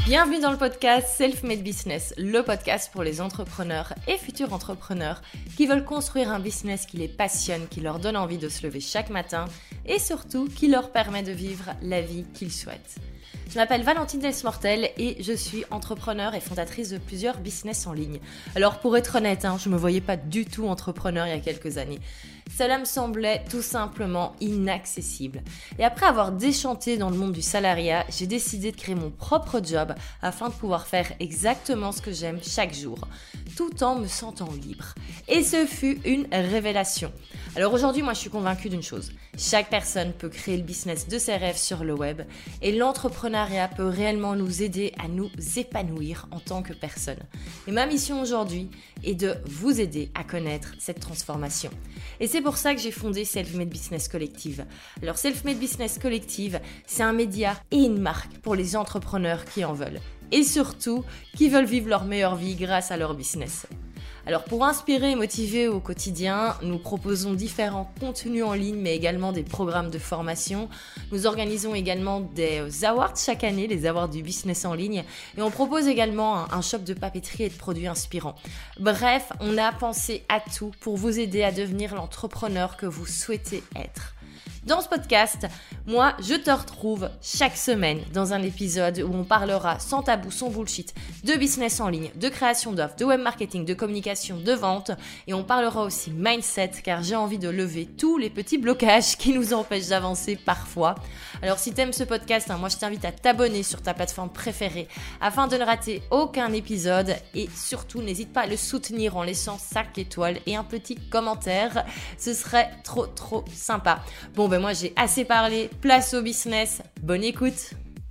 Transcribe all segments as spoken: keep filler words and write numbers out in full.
Bienvenue dans le podcast Self-Made Business, le podcast pour les entrepreneurs et futurs entrepreneurs qui veulent construire un business qui les passionne, qui leur donne envie de se lever chaque matin et surtout qui leur permet de vivre la vie qu'ils souhaitent. Je m'appelle Valentine Desmortel et je suis entrepreneur et fondatrice de plusieurs business en ligne. Alors pour être honnête, hein, je ne me voyais pas du tout entrepreneur il y a quelques années. Cela me semblait tout simplement inaccessible. Et après avoir déchanté dans le monde du salariat, j'ai décidé de créer mon propre job afin de pouvoir faire exactement ce que j'aime chaque jour, tout en me sentant libre. Et ce fut une révélation. Alors aujourd'hui, moi je suis convaincue d'une chose. Chaque personne peut créer le business de ses rêves sur le web et l'entrepreneuriat peut réellement nous aider à nous épanouir en tant que personne. Et ma mission aujourd'hui est de vous aider à connaître cette transformation. Et c'est pour ça que j'ai fondé Self-Made Business Collective. Alors Self-Made Business Collective, c'est un média et une marque pour les entrepreneurs qui en veulent. Et surtout, qui veulent vivre leur meilleure vie grâce à leur business. Alors pour inspirer et motiver au quotidien, nous proposons différents contenus en ligne mais également des programmes de formation. Nous organisons également des awards chaque année, les awards du business en ligne et on propose également un, un shop de papeterie et de produits inspirants. Bref, on a pensé à tout pour vous aider à devenir l'entrepreneur que vous souhaitez être. Dans ce podcast, moi, je te retrouve chaque semaine dans un épisode où on parlera sans tabou, sans bullshit, de business en ligne, de création d'offres, de web marketing, de communication, de vente. Et on parlera aussi mindset car j'ai envie de lever tous les petits blocages qui nous empêchent d'avancer parfois. Alors si t'aimes ce podcast, hein, moi je t'invite à t'abonner sur ta plateforme préférée afin de ne rater aucun épisode. Et surtout, n'hésite pas à le soutenir en laissant cinq étoiles et un petit commentaire. Ce serait trop trop sympa. Bon ben moi j'ai assez parlé, place au business, bonne écoute.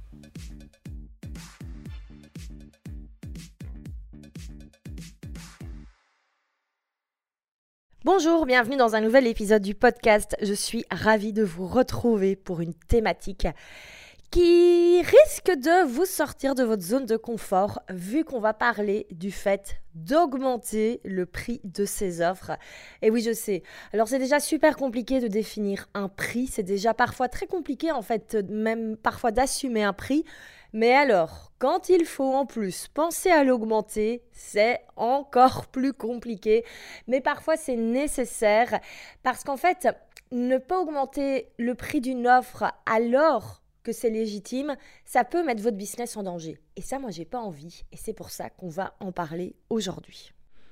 Bonjour, bienvenue dans un nouvel épisode du podcast. Je suis ravie de vous retrouver pour une thématique qui risque de vous sortir de votre zone de confort vu qu'on va parler du fait d'augmenter le prix de ses offres. Et oui, je sais. Alors, c'est déjà super compliqué de définir un prix. C'est déjà parfois très compliqué, en fait, même parfois d'assumer un prix. Mais alors, quand il faut en plus penser à l'augmenter, c'est encore plus compliqué. Mais parfois, c'est nécessaire parce qu'en fait, ne pas augmenter le prix d'une offre alors que c'est légitime, ça peut mettre votre business en danger. Et ça, moi, j'ai pas envie. Et c'est pour ça qu'on va en parler aujourd'hui.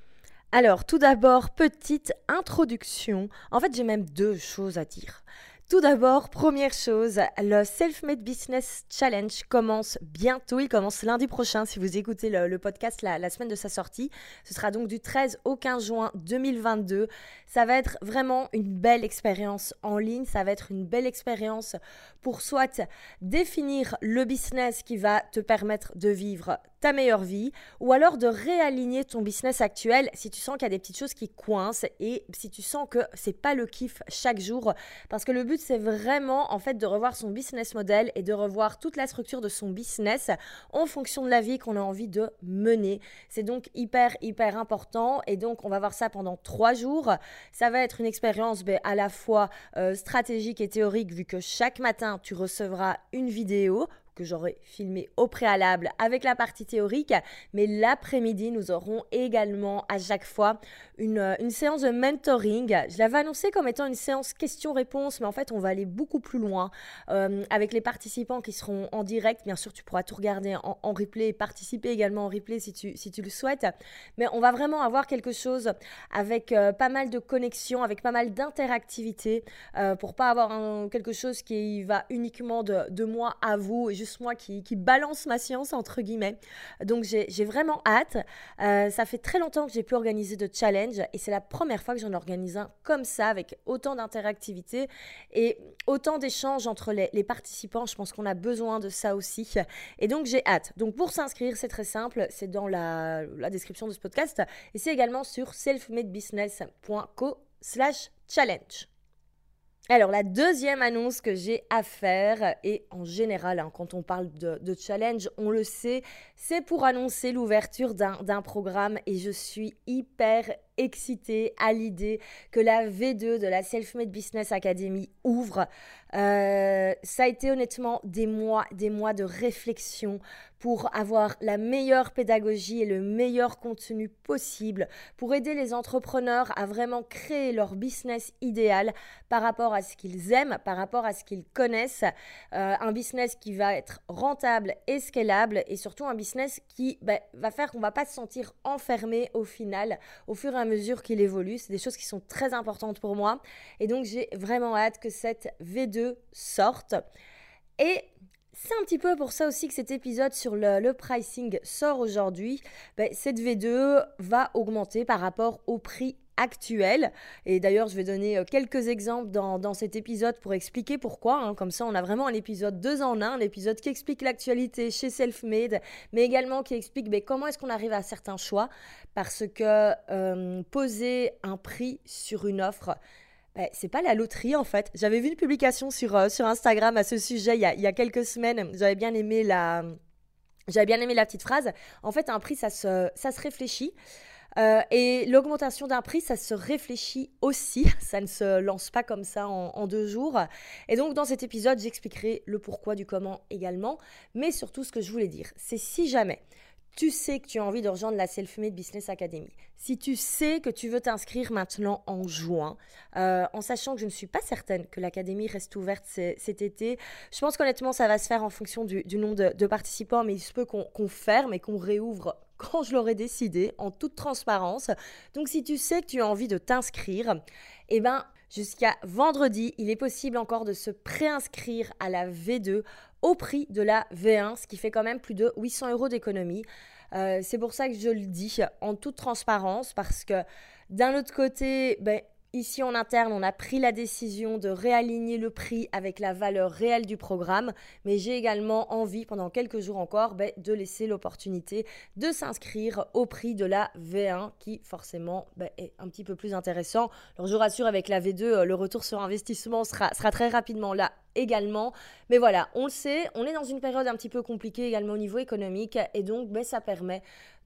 Alors, tout d'abord, petite introduction. En fait, j'ai même deux choses à dire. Tout d'abord, première chose, le Self-Made Business Challenge commence bientôt. Il commence lundi prochain si vous écoutez le, le podcast la, la semaine de sa sortie. Ce sera donc du treize au quinze juin deux mille vingt-deux. Ça va être vraiment une belle expérience en ligne. Ça va être une belle expérience pour soit définir le business qui va te permettre de vivre ta meilleure vie ou alors de réaligner ton business actuel si tu sens qu'il y a des petites choses qui coincent et si tu sens que c'est pas le kiff chaque jour. Parce que le but, c'est vraiment en fait de revoir son business model et de revoir toute la structure de son business en fonction de la vie qu'on a envie de mener. C'est donc hyper, hyper important et donc on va voir ça pendant trois jours. Ça va être une expérience ben, à la fois euh, stratégique et théorique vu que chaque matin, tu recevras une vidéo que j'aurai filmé au préalable avec la partie théorique, mais l'après-midi, nous aurons également à chaque fois une, une séance de mentoring. Je l'avais annoncé comme étant une séance questions-réponses, mais en fait, on va aller beaucoup plus loin euh, avec les participants qui seront en direct. Bien sûr, tu pourras tout regarder en, en replay et participer également en replay si tu, si tu le souhaites, mais on va vraiment avoir quelque chose avec euh, pas mal de connexions, avec pas mal d'interactivité euh, pour pas avoir un, quelque chose qui va uniquement de, de moi à vous et juste moi qui, qui balance ma science entre guillemets. Donc j'ai, j'ai vraiment hâte. Euh, ça fait très longtemps que j'ai pu organiser de challenge et c'est la première fois que j'en organise un comme ça avec autant d'interactivité et autant d'échanges entre les, les participants. Je pense qu'on a besoin de ça aussi et donc j'ai hâte. Donc pour s'inscrire, c'est très simple, c'est dans la, la description de ce podcast et c'est également sur selfmadebusiness point co slash challenge. Alors, la deuxième annonce que j'ai à faire, et en général, hein, quand on parle de, de challenge, on le sait, c'est pour annoncer l'ouverture d'un, d'un programme et je suis hyper, excitée à l'idée que la V deux de la Self-Made Business Academy ouvre. Euh, ça a été honnêtement des mois, des mois de réflexion pour avoir la meilleure pédagogie et le meilleur contenu possible, pour aider les entrepreneurs à vraiment créer leur business idéal par rapport à ce qu'ils aiment, par rapport à ce qu'ils connaissent, euh, un business qui va être rentable et scalable et surtout un business qui ben, va faire qu'on ne va pas se sentir enfermé au final, au fur et à mesure qu'il évolue. C'est des choses qui sont très importantes pour moi et donc j'ai vraiment hâte que cette V deux sorte. Et c'est un petit peu pour ça aussi que cet épisode sur le, le pricing sort aujourd'hui. Ben, cette V deux va augmenter par rapport au prix actuel. Et d'ailleurs, je vais donner quelques exemples dans, dans cet épisode pour expliquer pourquoi. Hein. Comme ça, on a vraiment un épisode deux en un, un épisode qui explique l'actualité chez Selfmade, mais également qui explique ben, comment est-ce qu'on arrive à certains choix. Parce que euh, poser un prix sur une offre, ben, c'est pas la loterie en fait. J'avais vu une publication sur, euh, sur Instagram à ce sujet il y a, il y a quelques semaines. J'avais bien aimé la, j'avais bien aimé la petite phrase. En fait, un prix, ça se, ça se réfléchit. Euh, et l'augmentation d'un prix, ça se réfléchit aussi. Ça ne se lance pas comme ça en, en deux jours. Et donc, dans cet épisode, j'expliquerai le pourquoi du comment également. Mais surtout, ce que je voulais dire, c'est si jamais tu sais que tu as envie de rejoindre la Self-Made Business Academy, si tu sais que tu veux t'inscrire maintenant en juin, euh, en sachant que je ne suis pas certaine que l'académie reste ouverte c- cet été, je pense qu'honnêtement, ça va se faire en fonction du, du nombre de, de participants, mais il se peut qu'on, qu'on ferme et qu'on réouvre quand je l'aurai décidé, en toute transparence. Donc, si tu sais que tu as envie de t'inscrire, eh ben, jusqu'à vendredi, il est possible encore de se préinscrire à la V deux au prix de la V un, ce qui fait quand même plus de huit cents euros d'économie. Euh, c'est pour ça que je le dis en toute transparence, parce que d'un autre côté, ben, ici en interne, on a pris la décision de réaligner le prix avec la valeur réelle du programme, mais j'ai également envie, pendant quelques jours encore, ben, de laisser l'opportunité de s'inscrire au prix de la V un, qui forcément ben, est un petit peu plus intéressant. Alors je vous rassure, avec la V deux, le retour sur investissement sera, sera très rapidement là également. Mais voilà, on le sait, on est dans une période un petit peu compliquée également au niveau économique et donc ben, ça permet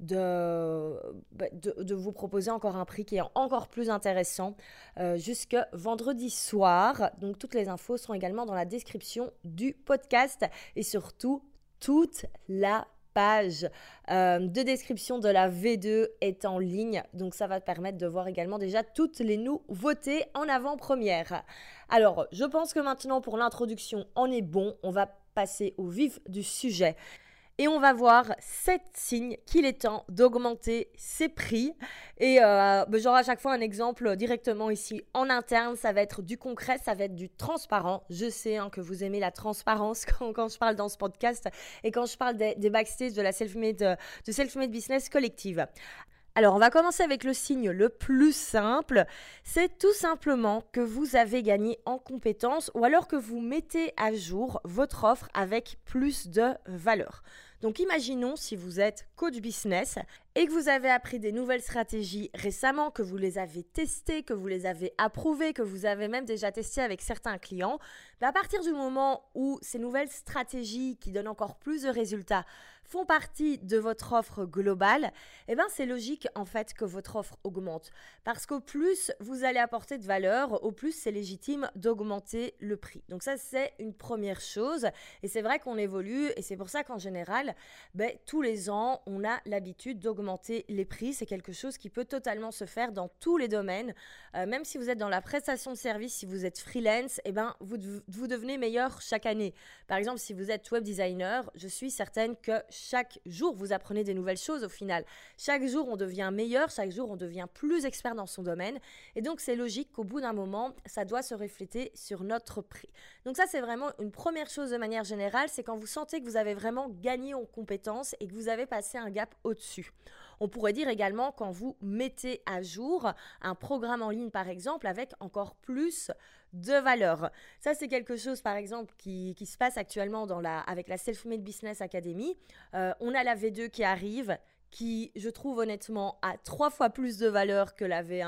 de, ben, de, de vous proposer encore un prix qui est encore plus intéressant euh, jusque vendredi soir. Donc toutes les infos seront également dans la description du podcast et surtout toute la page euh, de description de la V deux est en ligne, donc ça va te permettre de voir également déjà toutes les nouveautés en avant-première. Alors, je pense que maintenant pour l'introduction, on est bon, on va passer au vif du sujet. Et on va voir sept signes qu'il est temps d'augmenter ses prix. Et euh, ben j'aurai à chaque fois un exemple directement ici en interne. Ça va être du concret, ça va être du transparent. Je sais hein, que vous aimez la transparence quand, quand je parle dans ce podcast et quand je parle des, des backstage de la self-made, de self-made business collective. Alors, on va commencer avec le signe le plus simple. C'est tout simplement que vous avez gagné en compétences ou alors que vous mettez à jour votre offre avec plus de valeur. Donc, imaginons si vous êtes coach business et que vous avez appris des nouvelles stratégies récemment, que vous les avez testées, que vous les avez approuvées, que vous avez même déjà testé avec certains clients. Ben à partir du moment où ces nouvelles stratégies qui donnent encore plus de résultats font partie de votre offre globale, eh ben c'est logique en fait que votre offre augmente. Parce qu'au plus vous allez apporter de valeur, au plus c'est légitime d'augmenter le prix. Donc ça, c'est une première chose. Et c'est vrai qu'on évolue et c'est pour ça qu'en général, ben, tous les ans, on a l'habitude d'augmenter les prix. C'est quelque chose qui peut totalement se faire dans tous les domaines. Euh, même si vous êtes dans la prestation de service, si vous êtes freelance, eh ben, vous, vous devenez meilleur chaque année. Par exemple, si vous êtes web designer, je suis certaine que chaque jour, vous apprenez des nouvelles choses au final. Chaque jour, on devient meilleur, chaque jour, on devient plus expert dans son domaine. Et donc, c'est logique qu'au bout d'un moment, ça doit se refléter sur notre prix. Donc ça, c'est vraiment une première chose de manière générale, c'est quand vous sentez que vous avez vraiment gagné en compétences et que vous avez passé un gap au-dessus. On pourrait dire également quand vous mettez à jour un programme en ligne, par exemple, avec encore plus de valeur. Ça, c'est quelque chose, par exemple, qui, qui se passe actuellement dans la, avec la Self-Made Business Academy. Euh, on a la V deux qui arrive, qui, je trouve honnêtement, a trois fois plus de valeur que la V un.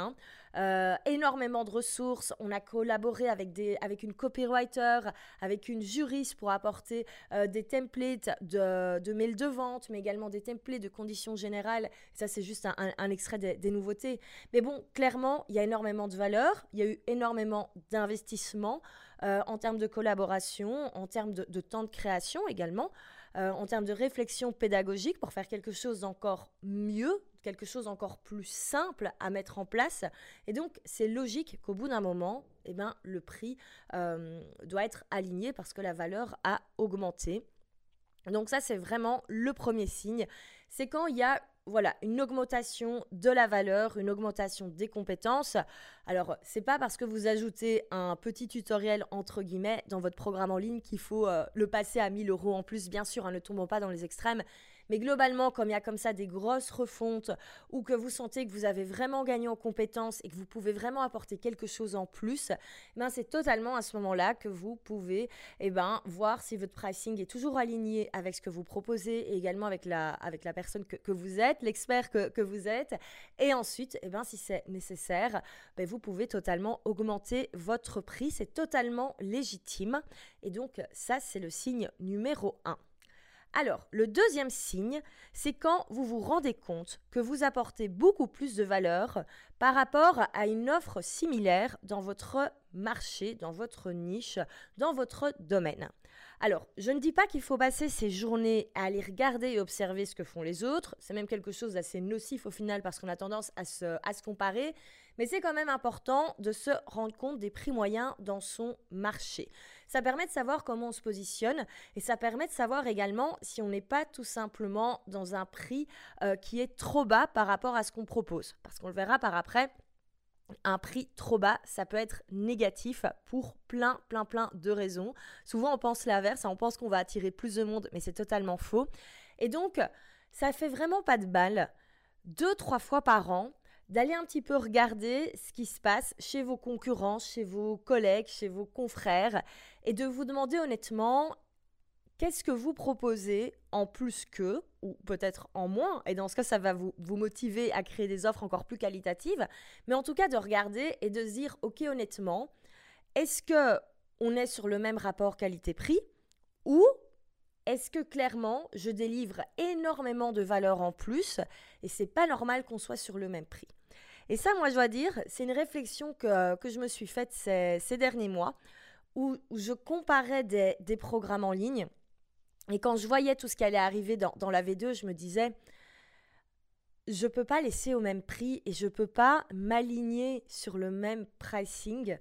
euh, énormément de ressources. On a collaboré avec, des, avec une copywriter, avec une juriste pour apporter euh, des templates de, de mails de vente, mais également des templates de conditions générales. Ça, c'est juste un, un, un extrait des, des nouveautés. Mais bon, clairement, il y a énormément de valeur. Il y a eu énormément d'investissement euh, en termes de collaboration, en termes de, de temps de création également, euh, en termes de réflexion pédagogique pour faire quelque chose d'encore mieux, quelque chose encore plus simple à mettre en place. Et donc, c'est logique qu'au bout d'un moment, eh ben, le prix euh, doit être aligné parce que la valeur a augmenté. Donc ça, c'est vraiment le premier signe. C'est quand il y a voilà, une augmentation de la valeur, une augmentation des compétences. Alors, c'est pas parce que vous ajoutez un petit tutoriel, entre guillemets, dans votre programme en ligne qu'il faut euh, le passer à mille euros en plus. Bien sûr, hein, ne tombons pas dans les extrêmes. Mais globalement, comme il y a comme ça des grosses refontes ou que vous sentez que vous avez vraiment gagné en compétences et que vous pouvez vraiment apporter quelque chose en plus, eh ben, c'est totalement à ce moment-là que vous pouvez eh ben, voir si votre pricing est toujours aligné avec ce que vous proposez et également avec la, avec la personne que, que vous êtes, l'expert que, que vous êtes. Et ensuite, eh ben, si c'est nécessaire, ben, vous pouvez totalement augmenter votre prix. C'est totalement légitime. Et donc, ça, c'est le signe numéro un. Alors, le deuxième signe, c'est quand vous vous rendez compte que vous apportez beaucoup plus de valeur par rapport à une offre similaire dans votre marché, dans votre niche, dans votre domaine. Alors, je ne dis pas qu'il faut passer ses journées à aller regarder et observer ce que font les autres. C'est même quelque chose d'assez nocif au final parce qu'on a tendance à se, à se comparer. Mais c'est quand même important de se rendre compte des prix moyens dans son marché. Ça permet de savoir comment on se positionne et ça permet de savoir également si on n'est pas tout simplement dans un prix euh, qui est trop bas par rapport à ce qu'on propose. Parce qu'on le verra par après. Un prix trop bas, ça peut être négatif pour plein, plein, plein de raisons. Souvent, on pense l'inverse, on pense qu'on va attirer plus de monde, mais c'est totalement faux. Et donc, ça fait vraiment pas de balle, deux, trois fois par an, d'aller un petit peu regarder ce qui se passe chez vos concurrents, chez vos collègues, chez vos confrères, et de vous demander honnêtement, qu'est-ce que vous proposez en plus qu'eux, ou peut-être en moins, et dans ce cas, ça va vous, vous motiver à créer des offres encore plus qualitatives, mais en tout cas de regarder et de se dire, ok, honnêtement, est-ce qu'on est sur le même rapport qualité-prix, ou est-ce que clairement, je délivre énormément de valeur en plus, et c'est pas normal qu'on soit sur le même prix. Et ça, moi, je dois dire, c'est une réflexion que, que je me suis faite ces, ces derniers mois, où, où je comparais des, des programmes en ligne. Et quand je voyais tout ce qui allait arriver dans, dans la V deux, je me disais, je ne peux pas laisser au même prix et je ne peux pas m'aligner sur le même pricing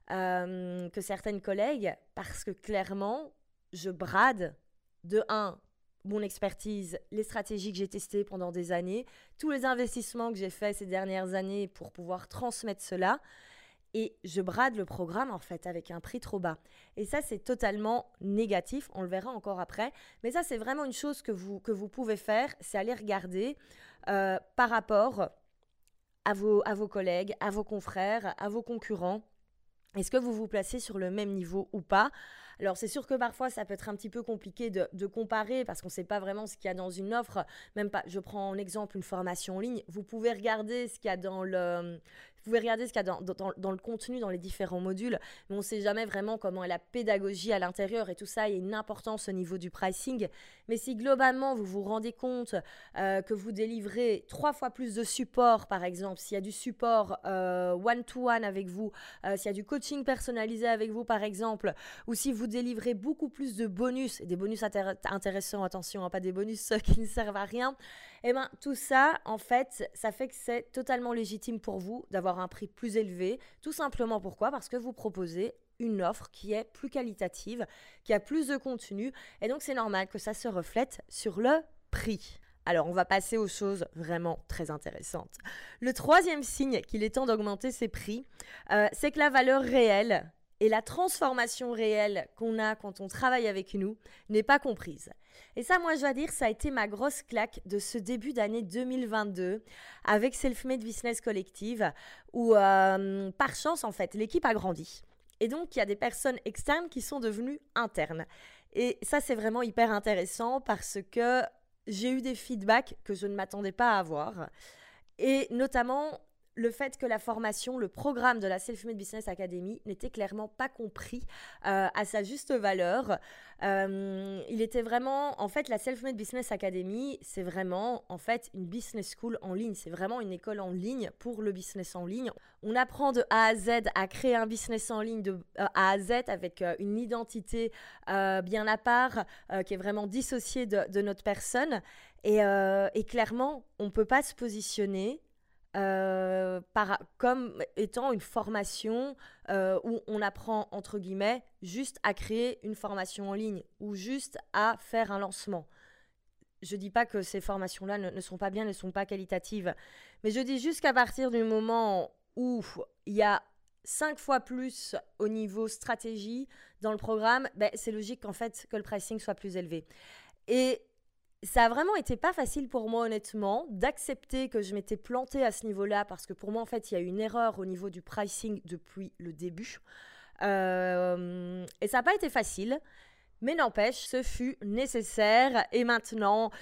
euh, que certaines collègues parce que clairement, je brade de un, mon expertise, les stratégies que j'ai testées pendant des années, tous les investissements que j'ai faits ces dernières années pour pouvoir transmettre cela. Et je brade le programme en fait avec un prix trop bas. Et ça, c'est totalement négatif. On le verra encore après. Mais ça, c'est vraiment une chose que vous, que vous pouvez faire. C'est aller regarder euh, par rapport à vos, à vos collègues, à vos confrères, à vos concurrents. Est-ce que vous vous placez sur le même niveau ou pas? Alors, c'est sûr que parfois, ça peut être un petit peu compliqué de, de comparer parce qu'on ne sait pas vraiment ce qu'il y a dans une offre. Même pas, je prends en exemple une formation en ligne. Vous pouvez regarder ce qu'il y a dans le, vous pouvez regarder ce qu'il y a dans, dans, dans le contenu, dans les différents modules, mais on ne sait jamais vraiment comment est la pédagogie à l'intérieur et tout ça. Il y a une importance au niveau du pricing. Mais si globalement, vous vous rendez compte euh, que vous délivrez trois fois plus de support, par exemple, s'il y a du support euh, one-to-one avec vous, euh, s'il y a du coaching personnalisé avec vous par exemple, ou si vous délivrez beaucoup plus de bonus, et des bonus intér- intéressants, attention, hein, pas des bonus qui ne servent à rien, et ben tout ça en fait, ça fait que c'est totalement légitime pour vous d'avoir un prix plus élevé, tout simplement pourquoi? Parce que vous proposez une offre qui est plus qualitative, qui a plus de contenu, et donc c'est normal que ça se reflète sur le prix. Alors, on va passer aux choses vraiment très intéressantes. Le troisième signe qu'il est temps d'augmenter ses prix, euh, c'est que la valeur réelle et la transformation réelle qu'on a quand on travaille avec nous n'est pas comprise. Et ça, moi, je dois dire, ça a été ma grosse claque de ce début d'année deux mille vingt-deux avec Self-Made Business Collective où, euh, par chance, en fait, l'équipe a grandi. Et donc, il y a des personnes externes qui sont devenues internes. Et ça, c'est vraiment hyper intéressant parce que j'ai eu des feedbacks que je ne m'attendais pas à avoir. Et notamment, le fait que la formation, le programme de la Self-Made Business Academy n'était clairement pas compris euh, à sa juste valeur. Euh, il était vraiment, en fait, la Self-Made Business Academy, c'est vraiment, en fait, une business school en ligne. C'est vraiment une école en ligne pour le business en ligne. On apprend de A à Z à créer un business en ligne de A à Z avec euh, une identité euh, bien à part, euh, qui est vraiment dissociée de, de notre personne. Et, euh, et clairement, on ne peut pas se positionner Euh, par, comme étant une formation euh, où on apprend, entre guillemets, juste à créer une formation en ligne ou juste à faire un lancement. Je dis pas que ces formations-là ne, ne sont pas bien, ne sont pas qualitatives, mais je dis juste qu'à partir du moment où il y a cinq fois plus au niveau stratégie dans le programme, ben, c'est logique qu'en fait que le pricing soit plus élevé. Et ça a vraiment été pas facile pour moi, honnêtement, d'accepter que je m'étais plantée à ce niveau-là, parce que pour moi, en fait, il y a eu une erreur au niveau du pricing depuis le début. Euh, et ça n'a pas été facile. Mais n'empêche, ce fut nécessaire. Et maintenant,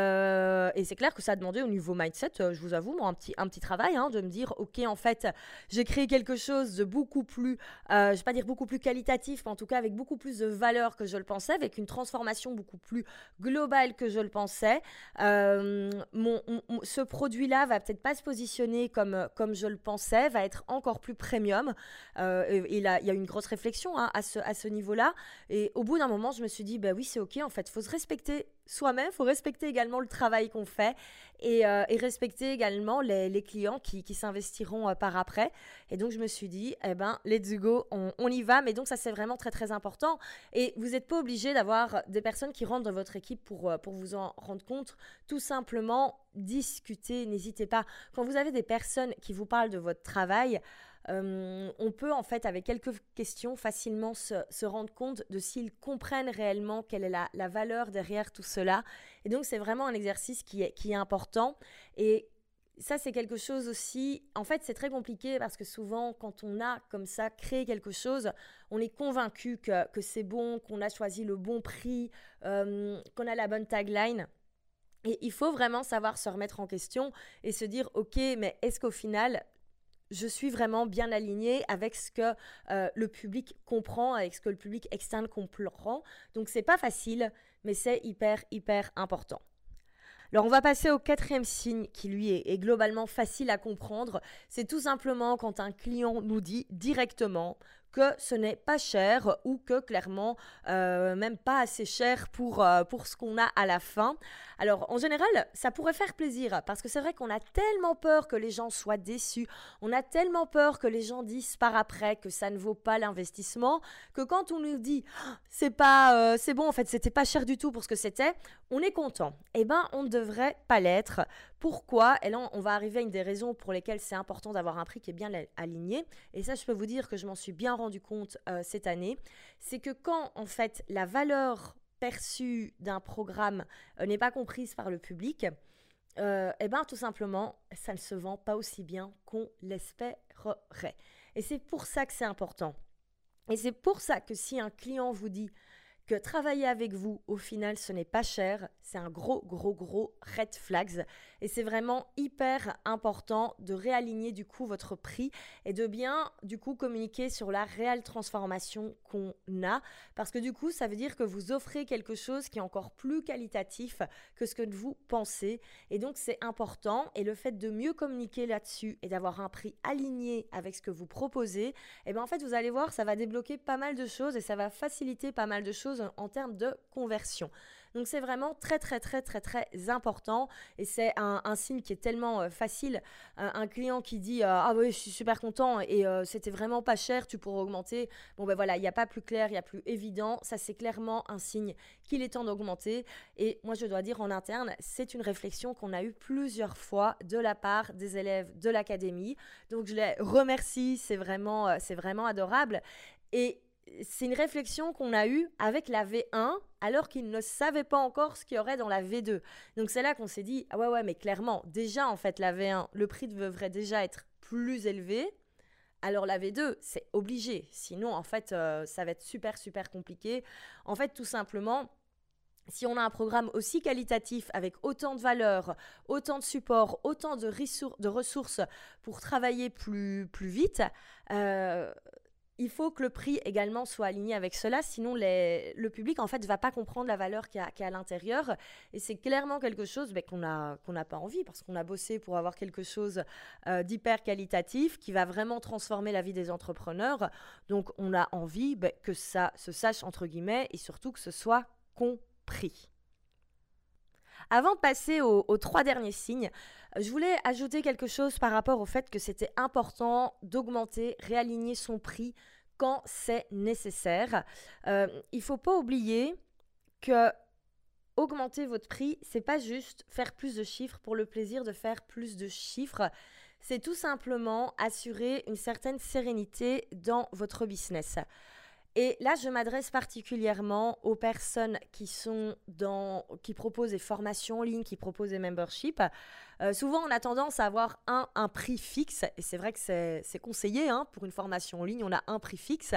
euh, et c'est clair que ça a demandé au niveau mindset, euh, je vous avoue, moi, un petit, un petit travail, hein, de me dire, ok, en fait, j'ai créé quelque chose de beaucoup plus, euh, je vais pas dire beaucoup plus qualitatif, mais en tout cas avec beaucoup plus de valeur que je le pensais, avec une transformation beaucoup plus globale que je le pensais. Euh, mon, mon, ce produit-là va peut-être pas se positionner comme, comme je le pensais, va être encore plus premium. Euh, et, et là, il y a une grosse réflexion hein, à ce, à ce niveau-là. Et au bout d'un moment, je me suis dit, bah oui, c'est ok, en fait, il faut se respecter soi-même, il faut respecter également le travail qu'on fait et, euh, et respecter également les, les clients qui, qui s'investiront euh, par après. Et donc, je me suis dit, eh ben, let's go, on, on y va. Mais donc, ça, c'est vraiment très, très important. Et vous n'êtes pas obligé d'avoir des personnes qui rentrent dans votre équipe pour, pour vous en rendre compte. Tout simplement, discuter, n'hésitez pas. Quand vous avez des personnes qui vous parlent de votre travail, euh, on peut en fait avec quelques questions facilement se, se rendre compte de s'ils comprennent réellement quelle est la, la valeur derrière tout cela. Et donc c'est vraiment un exercice qui est, qui est important. Et ça, c'est quelque chose aussi, en fait, c'est très compliqué parce que souvent, quand on a comme ça créé quelque chose, on est convaincu que, que c'est bon, qu'on a choisi le bon prix, euh, qu'on a la bonne tagline. Et il faut vraiment savoir se remettre en question et se dire, ok, mais est-ce qu'au final, je suis vraiment bien alignée avec ce que euh, le public comprend, avec ce que le public externe comprend. Donc, c'est pas facile, mais c'est hyper, hyper important. Alors, on va passer au quatrième signe qui, lui, est, est globalement facile à comprendre. C'est tout simplement quand un client nous dit directement que ce n'est pas cher ou que clairement euh, même pas assez cher pour, euh, pour ce qu'on a à la fin. Alors en général, ça pourrait faire plaisir parce que c'est vrai qu'on a tellement peur que les gens soient déçus, on a tellement peur que les gens disent par après que ça ne vaut pas l'investissement, que quand on nous dit oh, c'est pas, euh, c'est bon en fait c'était pas cher du tout pour ce que c'était, on est content. Eh ben on ne devrait pas l'être. Pourquoi? Et là on va arriver à une des raisons pour lesquelles c'est important d'avoir un prix qui est bien aligné. Et ça je peux vous dire que je m'en suis bien rendu compte euh, cette année, c'est que quand en fait la valeur perçue d'un programme euh, n'est pas comprise par le public, euh, et ben tout simplement ça ne se vend pas aussi bien qu'on l'espérerait. Et c'est pour ça que c'est important. Et c'est pour ça que si un client vous dit que travailler avec vous, au final, ce n'est pas cher, c'est un gros, gros, gros red flags. Et c'est vraiment hyper important de réaligner du coup votre prix et de bien du coup communiquer sur la réelle transformation qu'on a. Parce que du coup, ça veut dire que vous offrez quelque chose qui est encore plus qualitatif que ce que vous pensez. Et donc, c'est important. Et le fait de mieux communiquer là-dessus et d'avoir un prix aligné avec ce que vous proposez, et bien en fait, vous allez voir, ça va débloquer pas mal de choses et ça va faciliter pas mal de choses en termes de conversion. Donc c'est vraiment très très très très très important et c'est un, un signe qui est tellement euh, facile. Un, un client qui dit euh, ah oui je suis super content et euh, c'était vraiment pas cher, tu pourrais augmenter. Bon ben voilà, il n'y a pas plus clair, il n'y a plus évident. Ça c'est clairement un signe qu'il est temps d'augmenter. Et moi je dois dire en interne, c'est une réflexion qu'on a eue plusieurs fois de la part des élèves de l'académie. Donc je les remercie, c'est vraiment, euh, c'est vraiment adorable. Et c'est une réflexion qu'on a eue avec la V un alors qu'ils ne savaient pas encore ce qu'il y aurait dans la V deux. Donc c'est là qu'on s'est dit, ah ouais ouais mais clairement, déjà en fait la V un, le prix devrait déjà être plus élevé. Alors la V deux, c'est obligé. Sinon en fait, euh, ça va être super super compliqué. En fait tout simplement, Si on a un programme aussi qualitatif avec autant de valeur, autant de support, autant de, ressour- de ressources pour travailler plus, plus vite, euh, il faut que le prix également soit aligné avec cela, sinon les, le public en fait ne va pas comprendre la valeur qu'il y a, qu'il y a à l'intérieur, et c'est clairement quelque chose ben, qu'on a, qu'on n'a pas envie, parce qu'on a bossé pour avoir quelque chose euh, d'hyper qualitatif qui va vraiment transformer la vie des entrepreneurs. Donc on a envie ben, que ça se sache entre guillemets, et surtout que ce soit compris. Avant de passer aux, aux trois derniers signes, je voulais ajouter quelque chose par rapport au fait que c'était important d'augmenter, réaligner son prix quand c'est nécessaire. Euh, il ne faut pas oublier que augmenter votre prix, c'est pas juste faire plus de chiffres pour le plaisir de faire plus de chiffres. C'est tout simplement assurer une certaine sérénité dans votre business. Et là, je m'adresse particulièrement aux personnes qui sont dans, qui proposent des formations en ligne, qui proposent des memberships. Euh, souvent, on a tendance à avoir un, un prix fixe, et c'est vrai que c'est, c'est conseillé hein, pour une formation en ligne, on a un prix fixe.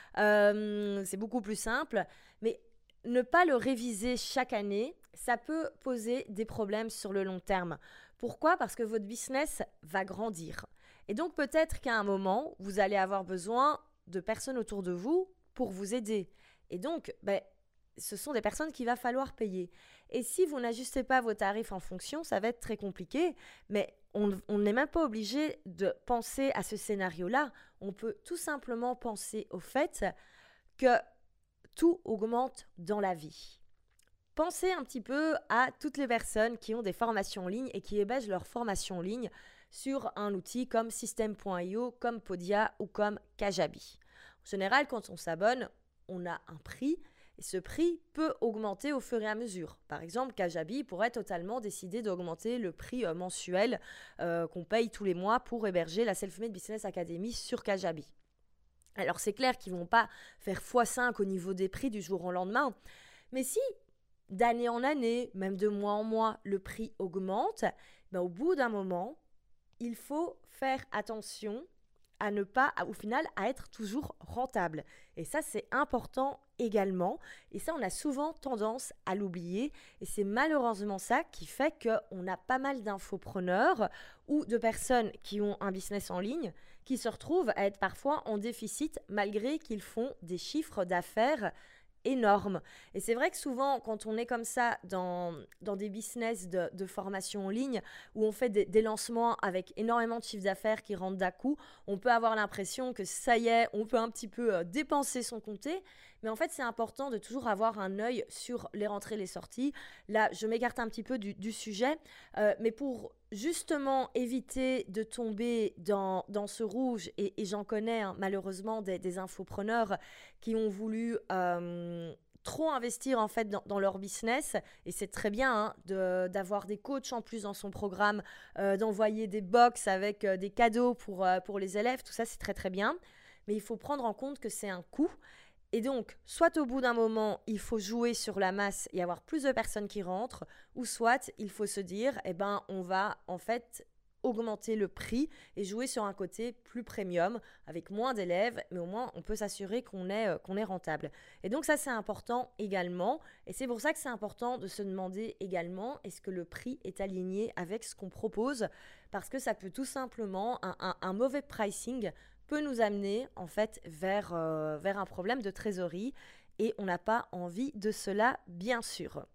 Euh, c'est beaucoup plus simple, mais ne pas le réviser chaque année, ça peut poser des problèmes sur le long terme. Pourquoi ? Parce que votre business va grandir. Et donc, peut-être qu'à un moment, vous allez avoir besoin de personnes autour de vous pour vous aider. Et donc, ben, ce sont des personnes qu'il va falloir payer. Et si vous n'ajustez pas vos tarifs en fonction, ça va être très compliqué. Mais on n'est même pas obligé de penser à ce scénario-là. On peut tout simplement penser au fait que tout augmente dans la vie. Pensez un petit peu à toutes les personnes qui ont des formations en ligne et qui hébergent leurs formations en ligne sur un outil comme System point i o, comme Podia ou comme Kajabi. En général, quand on s'abonne, on a un prix et ce prix peut augmenter au fur et à mesure. Par exemple, Kajabi pourrait totalement décider d'augmenter le prix mensuel euh, qu'on paye tous les mois pour héberger la Self-Made Business Academy sur Kajabi. Alors c'est clair qu'ils ne vont pas faire fois cinq au niveau des prix du jour au lendemain, mais si d'année en année, même de mois en mois, le prix augmente, ben au bout d'un moment, il faut faire attention à ne pas, au final, à être toujours rentable. Et ça, c'est important également. Et ça, on a souvent tendance à l'oublier. Et c'est malheureusement ça qui fait qu'on a pas mal d'infopreneurs ou de personnes qui ont un business en ligne qui se retrouvent à être parfois en déficit malgré qu'ils font des chiffres d'affaires énorme. Et c'est vrai que souvent, quand on est comme ça dans, dans des business de, de formation en ligne où on fait des, des lancements avec énormément de chiffre d'affaires qui rentrent d'un coup, on peut avoir l'impression que ça y est, on peut un petit peu euh, dépenser son compté. Mais en fait, c'est important de toujours avoir un œil sur les rentrées et les sorties. Là, je m'écarte un petit peu du, du sujet, euh, mais pour justement éviter de tomber dans, dans ce rouge, et, et j'en connais hein, malheureusement des, des infopreneurs qui ont voulu euh, trop investir en fait dans, dans leur business, et c'est très bien hein, de, d'avoir des coachs en plus dans son programme, euh, d'envoyer des box avec euh, des cadeaux pour, euh, pour les élèves, tout ça c'est très très bien, mais il faut prendre en compte que c'est un coût. Et donc, soit au bout d'un moment, il faut jouer sur la masse et avoir plus de personnes qui rentrent, ou soit il faut se dire, eh ben, on va en fait augmenter le prix et jouer sur un côté plus premium, avec moins d'élèves, mais au moins on peut s'assurer qu'on est, euh, qu'on est rentable. Et donc ça, c'est important également. Et c'est pour ça que c'est important de se demander également, est-ce que le prix est aligné avec ce qu'on propose ? Parce que ça peut tout simplement, un, un, un mauvais pricing peut nous amener en fait vers, euh, vers un problème de trésorerie et on n'a pas envie de cela bien sûr.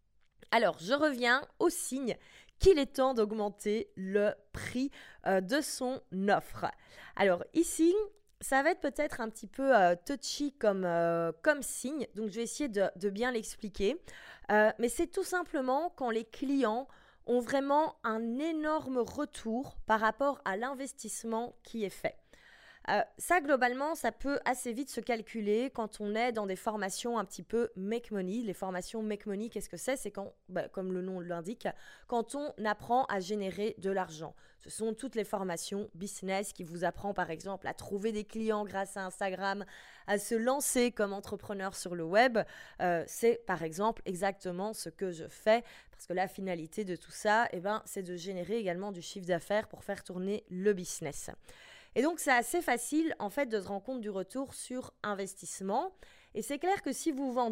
Alors je reviens au signe qu'il est temps d'augmenter le prix euh, de son offre. Alors ici, ça va être peut-être un petit peu euh, touchy comme, euh, comme signe, donc je vais essayer de, de bien l'expliquer. Euh, mais c'est tout simplement quand les clients ont vraiment un énorme retour par rapport à l'investissement qui est fait. Euh, ça, globalement, ça peut assez vite se calculer quand on est dans des formations un petit peu make money. Les formations make money, qu'est-ce que c'est ? C'est quand, bah, comme le nom l'indique, quand on apprend à générer de l'argent. Ce sont toutes les formations business qui vous apprend, par exemple, à trouver des clients grâce à Instagram, à se lancer comme entrepreneur sur le web. Euh, c'est, par exemple, exactement ce que je fais parce que la finalité de tout ça, eh ben, c'est de générer également du chiffre d'affaires pour faire tourner le business. Et donc, c'est assez facile, en fait, de se rendre compte du retour sur investissement. Et c'est clair que si vous vendez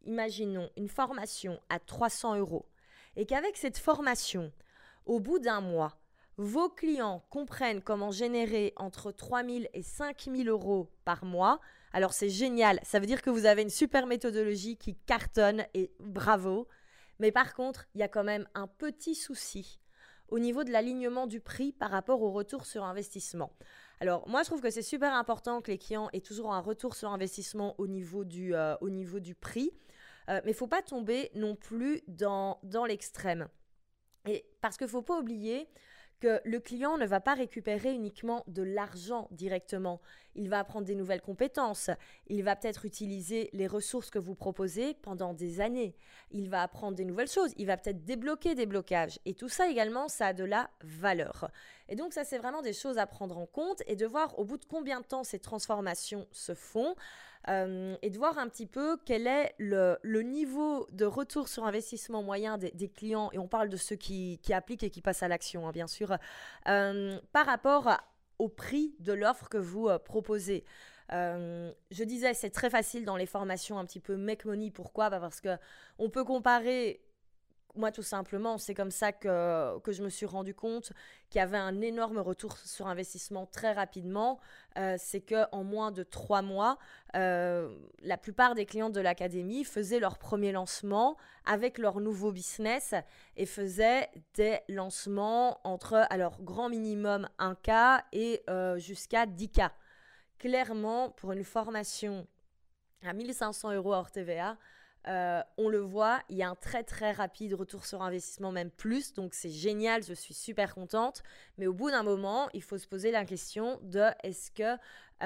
imaginons une formation à trois cents euros et qu'avec cette formation, au bout d'un mois, vos clients comprennent comment générer entre trois mille et cinq mille euros par mois, alors c'est génial. Ça veut dire que vous avez une super méthodologie qui cartonne et bravo. Mais par contre, il y a quand même un petit souci au niveau de l'alignement du prix par rapport au retour sur investissement. Alors moi, je trouve que c'est super important que les clients aient toujours un retour sur investissement au niveau du, euh, au niveau du prix. Euh, mais il ne faut pas tomber non plus dans, dans l'extrême. Et parce qu'il ne faut pas oublier que le client ne va pas récupérer uniquement de l'argent directement. Il va apprendre des nouvelles compétences. Il va peut-être utiliser les ressources que vous proposez pendant des années. Il va apprendre des nouvelles choses. Il va peut-être débloquer des blocages. Et tout ça également, ça a de la valeur. Et donc ça, c'est vraiment des choses à prendre en compte et de voir au bout de combien de temps ces transformations se font euh, et de voir un petit peu quel est le, le niveau de retour sur investissement moyen des, des clients. Et on parle de ceux qui, qui appliquent et qui passent à l'action, hein, bien sûr. Euh, par rapport à, au prix de l'offre que vous euh, proposez. Euh, je disais, c'est très facile dans les formations un petit peu make money. Pourquoi ? Bah parce que on peut comparer. Moi, tout simplement, c'est comme ça que, que je me suis rendu compte qu'il y avait un énorme retour sur investissement très rapidement. Euh, c'est qu'en moins de trois mois, euh, la plupart des clients de l'académie faisaient leur premier lancement avec leur nouveau business et faisaient des lancements entre, alors, grand minimum un K et euh, jusqu'à dix K. Clairement, pour une formation à mille cinq cents euros hors T V A, Euh, on le voit, il y a un très très rapide retour sur investissement, même plus, donc c'est génial, je suis super contente, mais au bout d'un moment, il faut se poser la question de est-ce que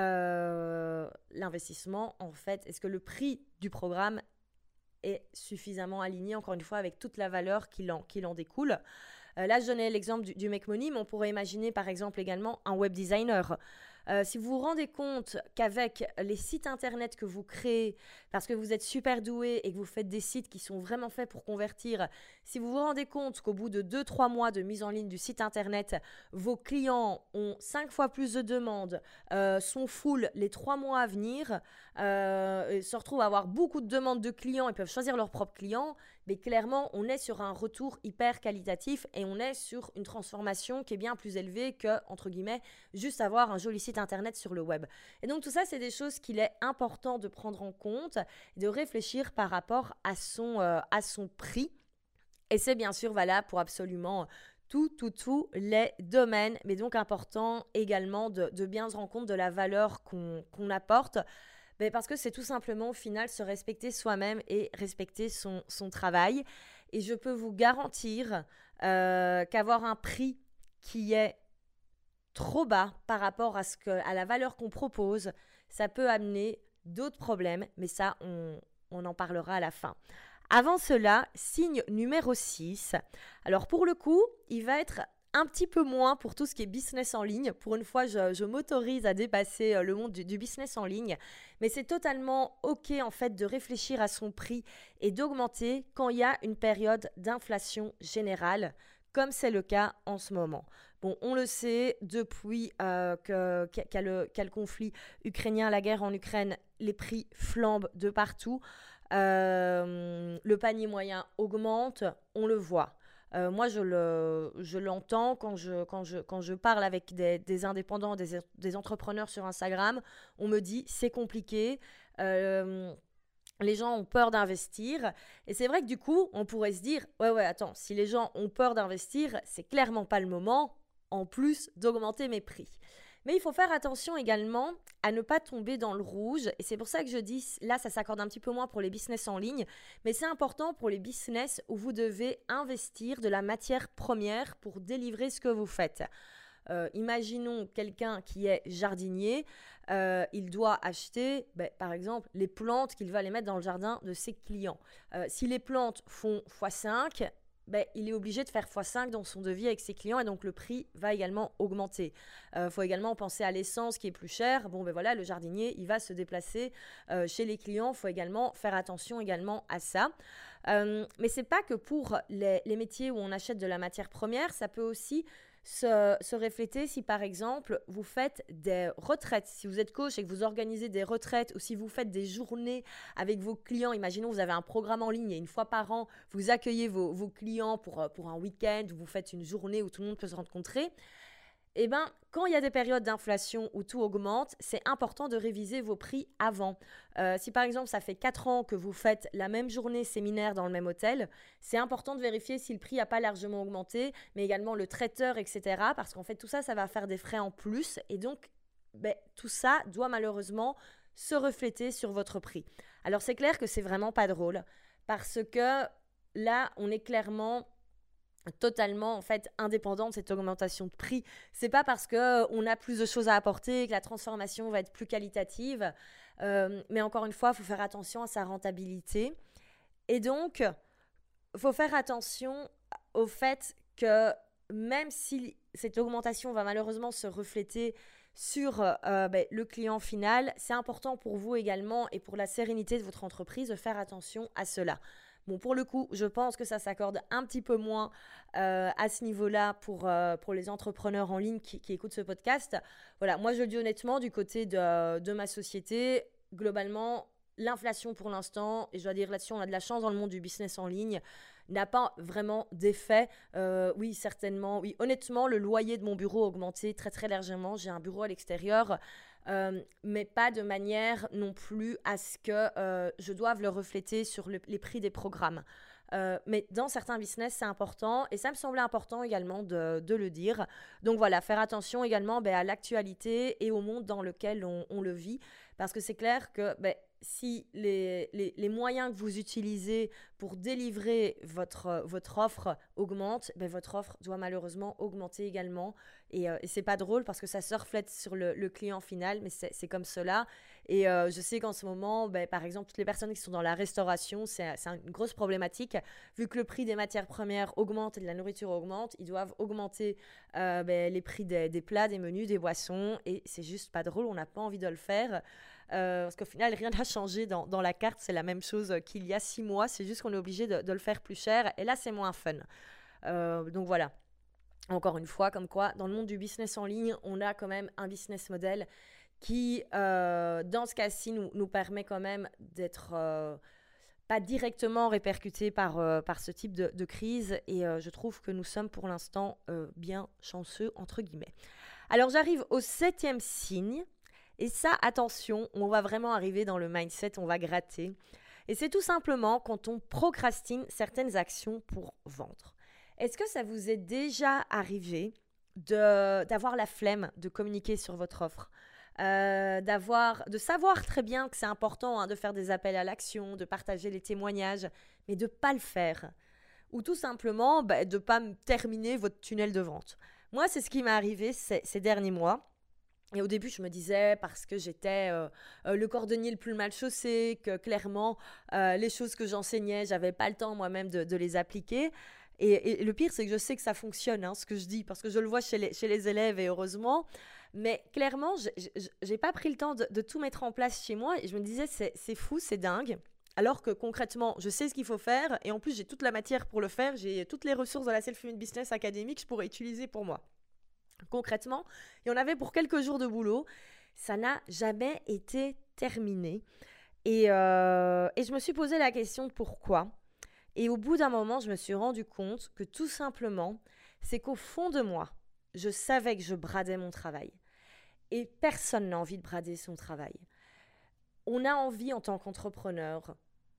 euh, l'investissement, en fait, est-ce que le prix du programme est suffisamment aligné, encore une fois, avec toute la valeur qui en, qui en découle. Euh, là, je donnais l'exemple du, du Make Money, mais on pourrait imaginer par exemple également un web designer. Euh, si vous vous rendez compte qu'avec les sites internet que vous créez, parce que vous êtes super doué et que vous faites des sites qui sont vraiment faits pour convertir, si vous vous rendez compte qu'au bout de deux trois mois de mise en ligne du site internet, vos clients ont cinq fois plus de demandes, euh, sont full les trois mois à venir, euh, se retrouvent à avoir beaucoup de demandes de clients, ils peuvent choisir leurs propres clients, mais clairement, on est sur un retour hyper qualitatif et on est sur une transformation qui est bien plus élevée que, entre guillemets, juste avoir un joli site internet sur le web. Et donc tout ça, c'est des choses qu'il est important de prendre en compte, de réfléchir par rapport à son, euh, à son prix. Et c'est bien sûr valable pour absolument tout, tout, tous les domaines, mais donc important également de, de bien se rendre compte de la valeur qu'on, qu'on apporte. Ben parce que c'est tout simplement au final se respecter soi-même et respecter son, son travail. Et je peux vous garantir euh, qu'avoir un prix qui est trop bas par rapport à, ce que, à la valeur qu'on propose, ça peut amener d'autres problèmes, mais ça, on, on en parlera à la fin. Avant cela, signe numéro six. Alors pour le coup, il va être un petit peu moins pour tout ce qui est business en ligne. Pour une fois, je, je m'autorise à dépasser le monde du, du business en ligne. Mais c'est totalement OK en fait de réfléchir à son prix et d'augmenter quand il y a une période d'inflation générale, comme c'est le cas en ce moment. Bon, on le sait, depuis euh, que, qu'a le, qu'a le conflit ukrainien, la guerre en Ukraine, les prix flambent de partout. Euh, le panier moyen augmente, on le voit. Euh, moi, je, le, je l'entends quand je, quand, je, quand je parle avec des, des indépendants, des, des entrepreneurs sur Instagram. On me dit, c'est compliqué. Euh, les gens ont peur d'investir. Et c'est vrai que du coup, on pourrait se dire, ouais, ouais, attends, si les gens ont peur d'investir, c'est clairement pas le moment, en plus, d'augmenter mes prix. Mais il faut faire attention également à ne pas tomber dans le rouge. Et c'est pour ça que je dis, là, ça s'accorde un petit peu moins pour les business en ligne. Mais c'est important pour les business où vous devez investir de la matière première pour délivrer ce que vous faites. Euh, imaginons quelqu'un qui est jardinier, euh, il doit acheter, ben, par exemple, les plantes qu'il va aller mettre dans le jardin de ses clients. Euh, si les plantes font fois cinq, ben, il est obligé de faire fois cinq dans son devis avec ses clients et donc le prix va également augmenter. Il euh, faut également penser à l'essence qui est plus chère. Bon, ben voilà, le jardinier, il va se déplacer euh, chez les clients. Il faut également faire attention également à ça. Euh, mais c'est pas que pour les, les métiers où on achète de la matière première, ça peut aussi se, se refléter si par exemple vous faites des retraites, si vous êtes coach et que vous organisez des retraites ou si vous faites des journées avec vos clients. Imaginons vous avez un programme en ligne et une fois par an vous accueillez vos, vos clients pour, pour un week-end où vous faites une journée où tout le monde peut se rencontrer. Eh bien, quand il y a des périodes d'inflation où tout augmente, c'est important de réviser vos prix avant. Euh, si par exemple, ça fait quatre ans que vous faites la même journée séminaire dans le même hôtel, c'est important de vérifier si le prix n'a pas largement augmenté, mais également le traiteur, et cetera. Parce qu'en fait, tout ça, ça va faire des frais en plus. Et donc, ben, tout ça doit malheureusement se refléter sur votre prix. Alors, c'est clair que c'est vraiment pas drôle parce que là, on est clairement totalement en fait indépendant de cette augmentation de prix. C'est pas parce que euh, on a plus de choses à apporter que la transformation va être plus qualitative, euh, mais encore une fois, il faut faire attention à sa rentabilité. Et donc, il faut faire attention au fait que même si cette augmentation va malheureusement se refléter sur euh, ben, le client final, c'est important pour vous également et pour la sérénité de votre entreprise de faire attention à cela. Bon, pour le coup, je pense que ça s'accorde un petit peu moins euh, à ce niveau-là pour, euh, pour les entrepreneurs en ligne qui, qui écoutent ce podcast. Voilà, moi je le dis honnêtement, du côté de, de ma société, globalement, l'inflation pour l'instant, et je dois dire là-dessus, on a de la chance dans le monde du business en ligne, n'a pas vraiment d'effet. Euh, oui, certainement. Oui, honnêtement, le loyer de mon bureau a augmenté très très légèrement. J'ai un bureau à l'extérieur, euh, mais pas de manière non plus à ce que euh, je doive le refléter sur le, les prix des programmes. Euh, mais dans certains business, c'est important et ça me semblait important également de, de le dire. Donc voilà, faire attention également ben, à l'actualité et au monde dans lequel on, on le vit, parce que c'est clair que ben, si les, les, les moyens que vous utilisez pour délivrer votre, votre offre augmentent, ben votre offre doit malheureusement augmenter également. Et, euh, et c'est pas drôle parce que ça se reflète sur le, le client final, mais c'est, c'est comme cela. Et euh, je sais qu'en ce moment, ben, par exemple, toutes les personnes qui sont dans la restauration, c'est, c'est une grosse problématique. Vu que le prix des matières premières augmente et de la nourriture augmente, ils doivent augmenter euh, ben, les prix des, des plats, des menus, des boissons. Et c'est juste pas drôle, on n'a pas envie de le faire. Euh, parce qu'au final, rien n'a changé dans, dans la carte. C'est la même chose qu'il y a six mois. C'est juste qu'on est obligé de, de le faire plus cher. Et là, c'est moins fun. Euh, donc voilà. Encore une fois, comme quoi, dans le monde du business en ligne, on a quand même un business model qui, euh, dans ce cas-ci, nous, nous permet quand même d'être... Euh, pas directement répercuté par, euh, par ce type de, de crise et euh, je trouve que nous sommes pour l'instant euh, bien chanceux, entre guillemets. Alors j'arrive au septième signe et ça, attention, on va vraiment arriver dans le mindset, on va gratter. Et c'est tout simplement quand on procrastine certaines actions pour vendre. Est-ce que ça vous est déjà arrivé de, d'avoir la flemme de communiquer sur votre offre ? Euh, d'avoir, de savoir très bien que c'est important hein, de faire des appels à l'action, de partager les témoignages, mais de ne pas le faire. Ou tout simplement bah, de ne pas terminer votre tunnel de vente. Moi, c'est ce qui m'est arrivé ces, ces derniers mois. Et au début, je me disais, parce que j'étais euh, euh, le cordonnier le plus mal chaussé, que clairement, euh, les choses que j'enseignais, j'avais pas le temps moi-même de, de les appliquer. Et, et le pire, c'est que je sais que ça fonctionne, hein, ce que je dis, parce que je le vois chez les, chez les élèves, et heureusement. Mais clairement, je n'ai pas pris le temps de, de tout mettre en place chez moi. Et je me disais, c'est, c'est fou, c'est dingue. Alors que concrètement, je sais ce qu'il faut faire. Et en plus, j'ai toute la matière pour le faire. J'ai toutes les ressources de la Self-Made Business Academy que je pourrais utiliser pour moi. Concrètement, il y en avait pour quelques jours de boulot. Ça n'a jamais été terminé. Et, euh, et je me suis posé la question de pourquoi. Et au bout d'un moment, je me suis rendu compte que tout simplement, c'est qu'au fond de moi, je savais que je bradais mon travail. Et personne n'a envie de brader son travail. On a envie, en tant qu'entrepreneur,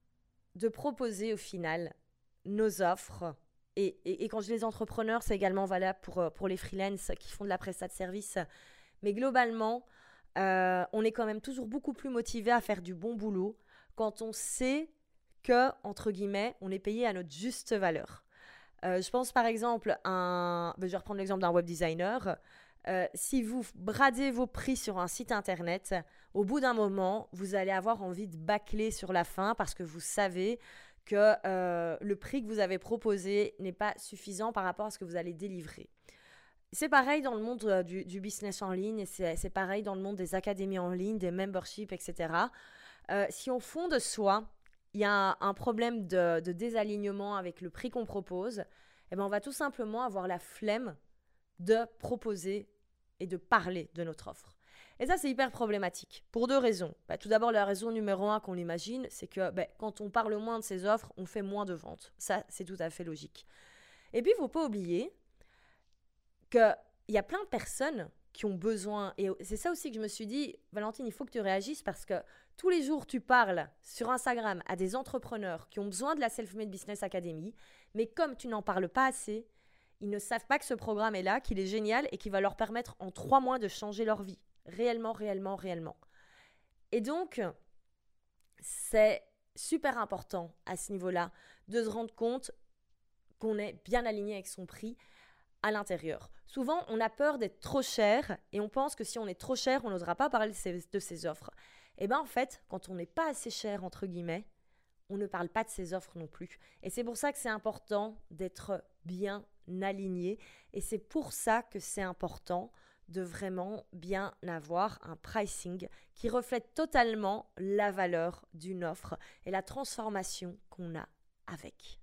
de proposer au final nos offres. Et, et, et quand je dis les entrepreneurs, c'est également valable pour, pour les freelances qui font de la prestation de service. Mais globalement, euh, on est quand même toujours beaucoup plus motivé à faire du bon boulot quand on sait que, entre guillemets, on est payé à notre juste valeur. Euh, je pense par exemple, un, ben, je vais reprendre l'exemple d'un web designer. Euh, si vous bradez vos prix sur un site internet, au bout d'un moment, vous allez avoir envie de bâcler sur la fin parce que vous savez que euh, le prix que vous avez proposé n'est pas suffisant par rapport à ce que vous allez délivrer. C'est pareil dans le monde euh, du, du business en ligne, c'est, c'est pareil dans le monde des académies en ligne, des memberships, et cetera. Euh, si au fond de soi, il y a un problème de, de désalignement avec le prix qu'on propose, eh ben on va tout simplement avoir la flemme de proposer et de parler de notre offre. Et ça, c'est hyper problématique pour deux raisons. Bah, tout d'abord, la raison numéro un qu'on l'imagine, c'est que bah, quand on parle moins de ses offres, on fait moins de ventes. Ça, c'est tout à fait logique. Et puis, il ne faut pas oublier qu'il y a plein de personnes qui ont besoin, et c'est ça aussi que je me suis dit, Valentine, il faut que tu réagisses parce que tous les jours, tu parles sur Instagram à des entrepreneurs qui ont besoin de la Self-Made Business Academy, mais comme tu n'en parles pas assez, ils ne savent pas que ce programme est là, qu'il est génial et qu'il va leur permettre en trois mois de changer leur vie. Réellement, réellement, réellement. Et donc, c'est super important à ce niveau-là de se rendre compte qu'on est bien aligné avec son prix à l'intérieur. Souvent, on a peur d'être trop cher et on pense que si on est trop cher, on n'osera pas parler de ses, de ses offres. Et bien en fait, quand on n'est pas assez cher, entre guillemets, on ne parle pas de ses offres non plus. Et c'est pour ça que c'est important d'être bien aligné. Et c'est pour ça que c'est important de vraiment bien avoir un pricing qui reflète totalement la valeur d'une offre et la transformation qu'on a avec.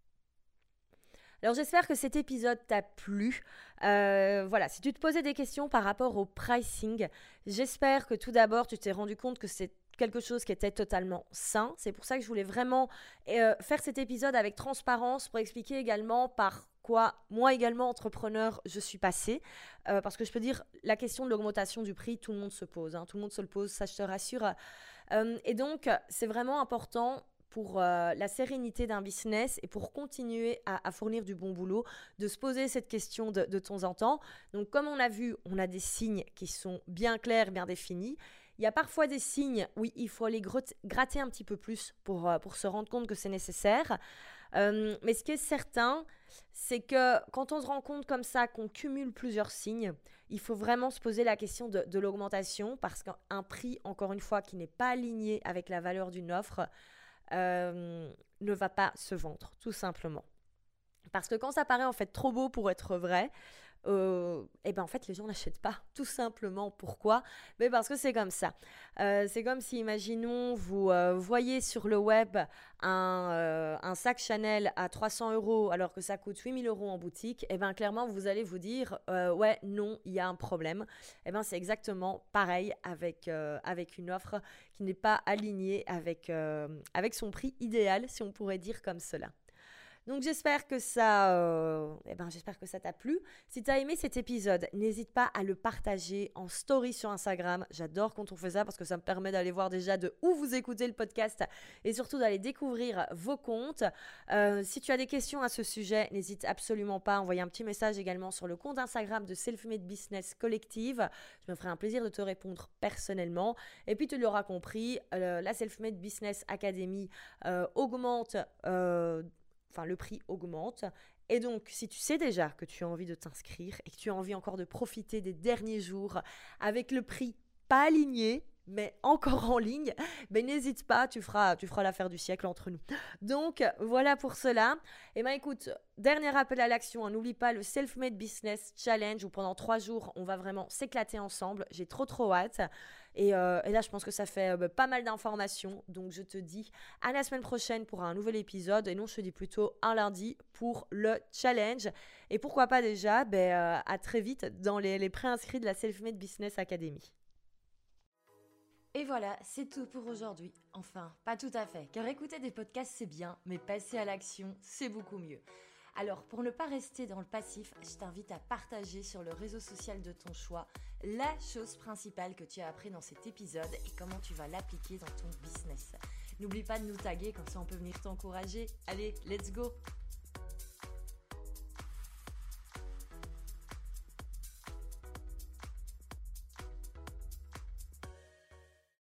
Alors j'espère que cet épisode t'a plu. Euh, voilà, si tu te posais des questions par rapport au pricing, j'espère que tout d'abord tu t'es rendu compte que c'est quelque chose qui était totalement sain. C'est pour ça que je voulais vraiment euh, faire cet épisode avec transparence pour expliquer également par quoi moi également entrepreneur je suis passée. Euh, parce que je peux dire la question de l'augmentation du prix, tout le monde se pose. Hein, tout le monde se le pose, ça je te rassure. Euh, et donc c'est vraiment important pour euh, la sérénité d'un business et pour continuer à, à fournir du bon boulot, de se poser cette question de, de temps en temps. Donc comme on a vu, on a des signes qui sont bien clairs, bien définis. Il y a parfois des signes où il faut aller gratter un petit peu plus pour, euh, pour se rendre compte que c'est nécessaire. Euh, mais ce qui est certain, c'est que quand on se rend compte comme ça qu'on cumule plusieurs signes, il faut vraiment se poser la question de, de l'augmentation parce qu'un prix, encore une fois, qui n'est pas aligné avec la valeur d'une offre, Euh, ne va pas se vendre, tout simplement. Parce que quand ça paraît en fait trop beau pour être vrai, euh, et ben en fait les gens n'achètent pas, tout simplement. Pourquoi ? Mais parce que c'est comme ça. Euh, c'est comme si, imaginons, vous euh, voyez sur le web un, euh, un sac Chanel à trois cents euros alors que ça coûte huit mille euros en boutique. Et ben clairement vous allez vous dire euh, ouais non, il y a un problème. Et ben c'est exactement pareil avec euh, avec une offre qui n'est pas alignée avec euh, avec son prix idéal, si on pourrait dire comme cela. Donc j'espère que ça, euh, eh ben, j'espère que ça t'a plu. Si tu as aimé cet épisode, n'hésite pas à le partager en story sur Instagram. J'adore quand on fait ça parce que ça me permet d'aller voir déjà de où vous écoutez le podcast et surtout d'aller découvrir vos comptes. Euh, si tu as des questions à ce sujet, n'hésite absolument pas à envoyer un petit message également sur le compte Instagram de Self-Made Business Collective. Je me ferai un plaisir de te répondre personnellement. Et puis tu l'auras compris, euh, la Self-Made Business Academy euh, augmente euh, Enfin, le prix augmente. Et donc, si tu sais déjà que tu as envie de t'inscrire et que tu as envie encore de profiter des derniers jours avec le prix pas aligné, mais encore en ligne, ben n'hésite pas, tu feras, tu feras l'affaire du siècle entre nous. Donc, voilà pour cela. Et ben écoute, dernier appel à l'action, hein, n'oublie pas le Self-Made Business Challenge où pendant trois jours, on va vraiment s'éclater ensemble. J'ai trop trop hâte. Et, euh, et là, je pense que ça fait euh, pas mal d'informations. Donc, je te dis à la semaine prochaine pour un nouvel épisode. Et non, je te dis plutôt un lundi pour le challenge. Et pourquoi pas déjà, ben, euh, à très vite dans les, les préinscrits de la Self-Made Business Academy. Et voilà, c'est tout pour aujourd'hui. Enfin, pas tout à fait, car écouter des podcasts c'est bien, mais passer à l'action c'est beaucoup mieux. Alors, pour ne pas rester dans le passif, je t'invite à partager sur le réseau social de ton choix la chose principale que tu as appris dans cet épisode et comment tu vas l'appliquer dans ton business. N'oublie pas de nous taguer, comme ça on peut venir t'encourager. Allez, let's go!